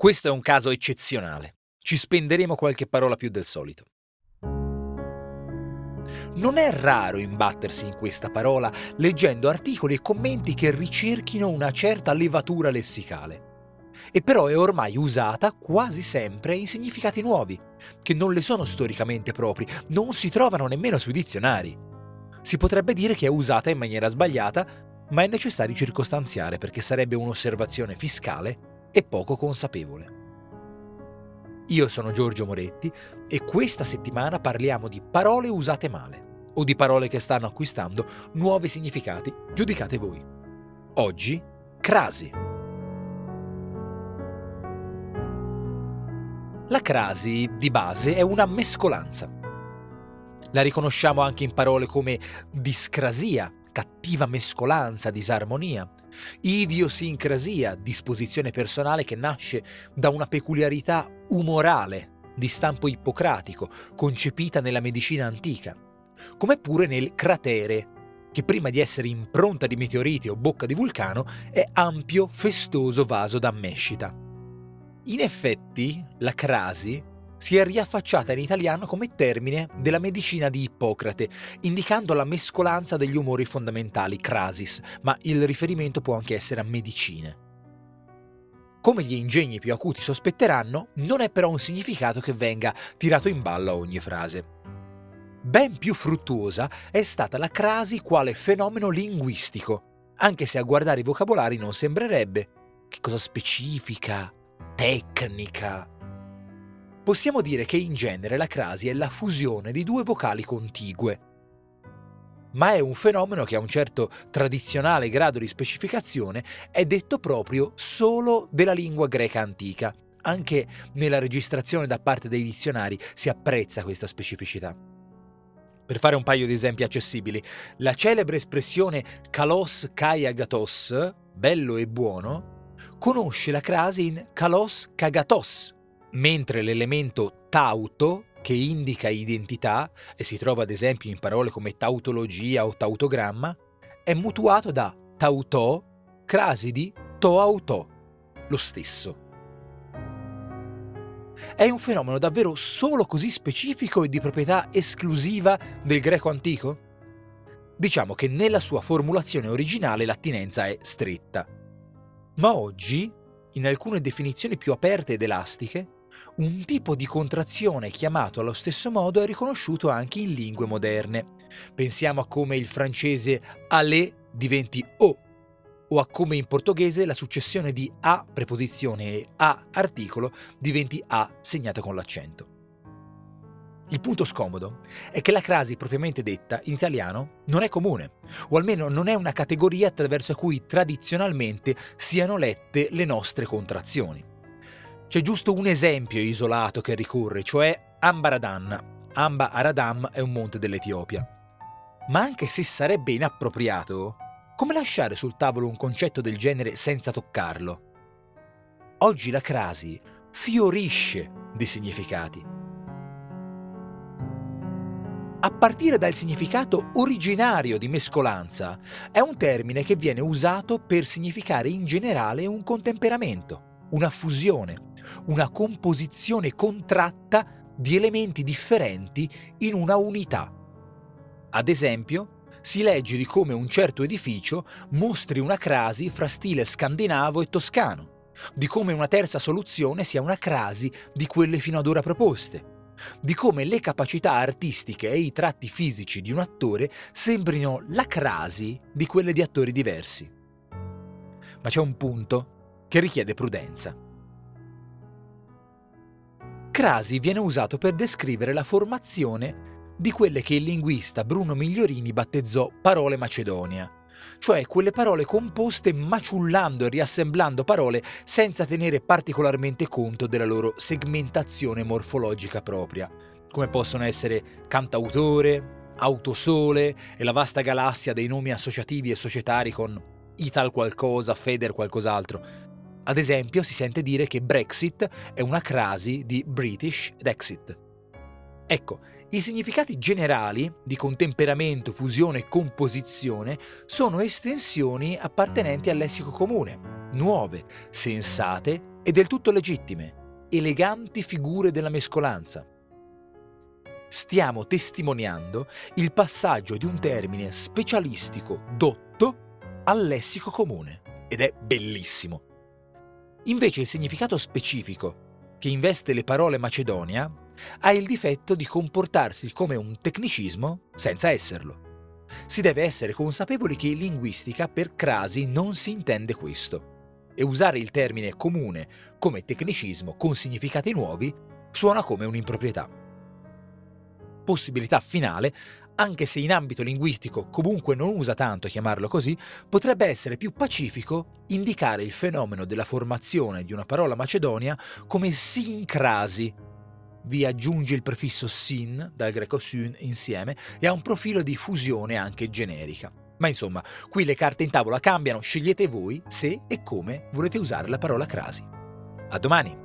Questo è un caso eccezionale. Ci spenderemo qualche parola più del solito. Non è raro imbattersi in questa parola leggendo articoli e commenti che ricerchino una certa levatura lessicale. E però è ormai usata quasi sempre in significati nuovi, che non le sono storicamente propri, non si trovano nemmeno sui dizionari. Si potrebbe dire che è usata in maniera sbagliata, ma è necessario circostanziare perché sarebbe un'osservazione fiscale e poco consapevole. Io sono Giorgio Moretti e questa settimana parliamo di parole usate male o di parole che stanno acquistando nuovi significati, giudicate voi. Oggi, crasi. La crasi, di base, è una mescolanza. La riconosciamo anche in parole come discrasia, cattiva mescolanza, disarmonia, idiosincrasia, disposizione personale che nasce da una peculiarità umorale di stampo ippocratico, concepita nella medicina antica, come pure nel cratere, che prima di essere impronta di meteoriti o bocca di vulcano è ampio, festoso vaso d'ammescita. In effetti, la crasi si è riaffacciata in italiano come termine della medicina di Ippocrate, indicando la mescolanza degli umori fondamentali, crasis, ma il riferimento può anche essere a medicine. Come gli ingegni più acuti sospetteranno, non è però un significato che venga tirato in ballo a ogni frase. Ben più fruttuosa è stata la crasi quale fenomeno linguistico, anche se a guardare i vocabolari non sembrerebbe. Che cosa specifica, tecnica. Possiamo dire che in genere la crasi è la fusione di due vocali contigue, ma è un fenomeno che a un certo tradizionale grado di specificazione è detto proprio solo della lingua greca antica. Anche nella registrazione da parte dei dizionari si apprezza questa specificità. Per fare un paio di esempi accessibili, la celebre espressione kalos kai agatos, bello e buono, conosce la crasi in kalos kagatos, mentre l'elemento tauto, che indica identità e si trova ad esempio in parole come tautologia o tautogramma, è mutuato da tautò, crasi di toautò, lo stesso. È un fenomeno davvero solo così specifico e di proprietà esclusiva del greco antico? Diciamo che nella sua formulazione originale l'attinenza è stretta. Ma oggi, in alcune definizioni più aperte ed elastiche, un tipo di contrazione chiamato allo stesso modo è riconosciuto anche in lingue moderne. Pensiamo a come il francese aller diventi o a come in portoghese la successione di a preposizione e a articolo diventi a segnata con l'accento. Il punto scomodo è che la crasi propriamente detta in italiano non è comune, o almeno non è una categoria attraverso cui tradizionalmente siano lette le nostre contrazioni. C'è giusto un esempio isolato che ricorre, cioè Ambaradan. Amba Aradam è un monte dell'Etiopia. Ma anche se sarebbe inappropriato, come lasciare sul tavolo un concetto del genere senza toccarlo? Oggi la crasi fiorisce di significati. A partire dal significato originario di mescolanza, è un termine che viene usato per significare in generale un contemperamento, una fusione, una composizione contratta di elementi differenti in una unità. Ad esempio, si legge di come un certo edificio mostri una crasi fra stile scandinavo e toscano, di come una terza soluzione sia una crasi di quelle fino ad ora proposte, di come le capacità artistiche e i tratti fisici di un attore sembrino la crasi di quelle di attori diversi. Ma c'è un punto che richiede prudenza. Crasi viene usato per descrivere la formazione di quelle che il linguista Bruno Migliorini battezzò parole macedonia, cioè quelle parole composte maciullando e riassemblando parole senza tenere particolarmente conto della loro segmentazione morfologica propria, come possono essere cantautore, autosole e la vasta galassia dei nomi associativi e societari con Ital qualcosa, Feder qualcos'altro. Ad esempio, si sente dire che Brexit è una crasi di British ed Exit. Ecco, i significati generali di contemperamento, fusione e composizione sono estensioni appartenenti al lessico comune, nuove, sensate e del tutto legittime, eleganti figure della mescolanza. Stiamo testimoniando il passaggio di un termine specialistico dotto al lessico comune, ed è bellissimo. Invece il significato specifico, che investe le parole Macedonia, ha il difetto di comportarsi come un tecnicismo senza esserlo. Si deve essere consapevoli che in linguistica per crasi non si intende questo, e usare il termine comune come tecnicismo con significati nuovi suona come un'improprietà. Possibilità finale, anche se in ambito linguistico comunque non usa tanto chiamarlo così, potrebbe essere più pacifico indicare il fenomeno della formazione di una parola macedonia come sincrasi. Vi aggiunge il prefisso sin, dal greco syn, insieme, e ha un profilo di fusione anche generica. Ma insomma, qui le carte in tavola cambiano, scegliete voi se e come volete usare la parola crasi. A domani!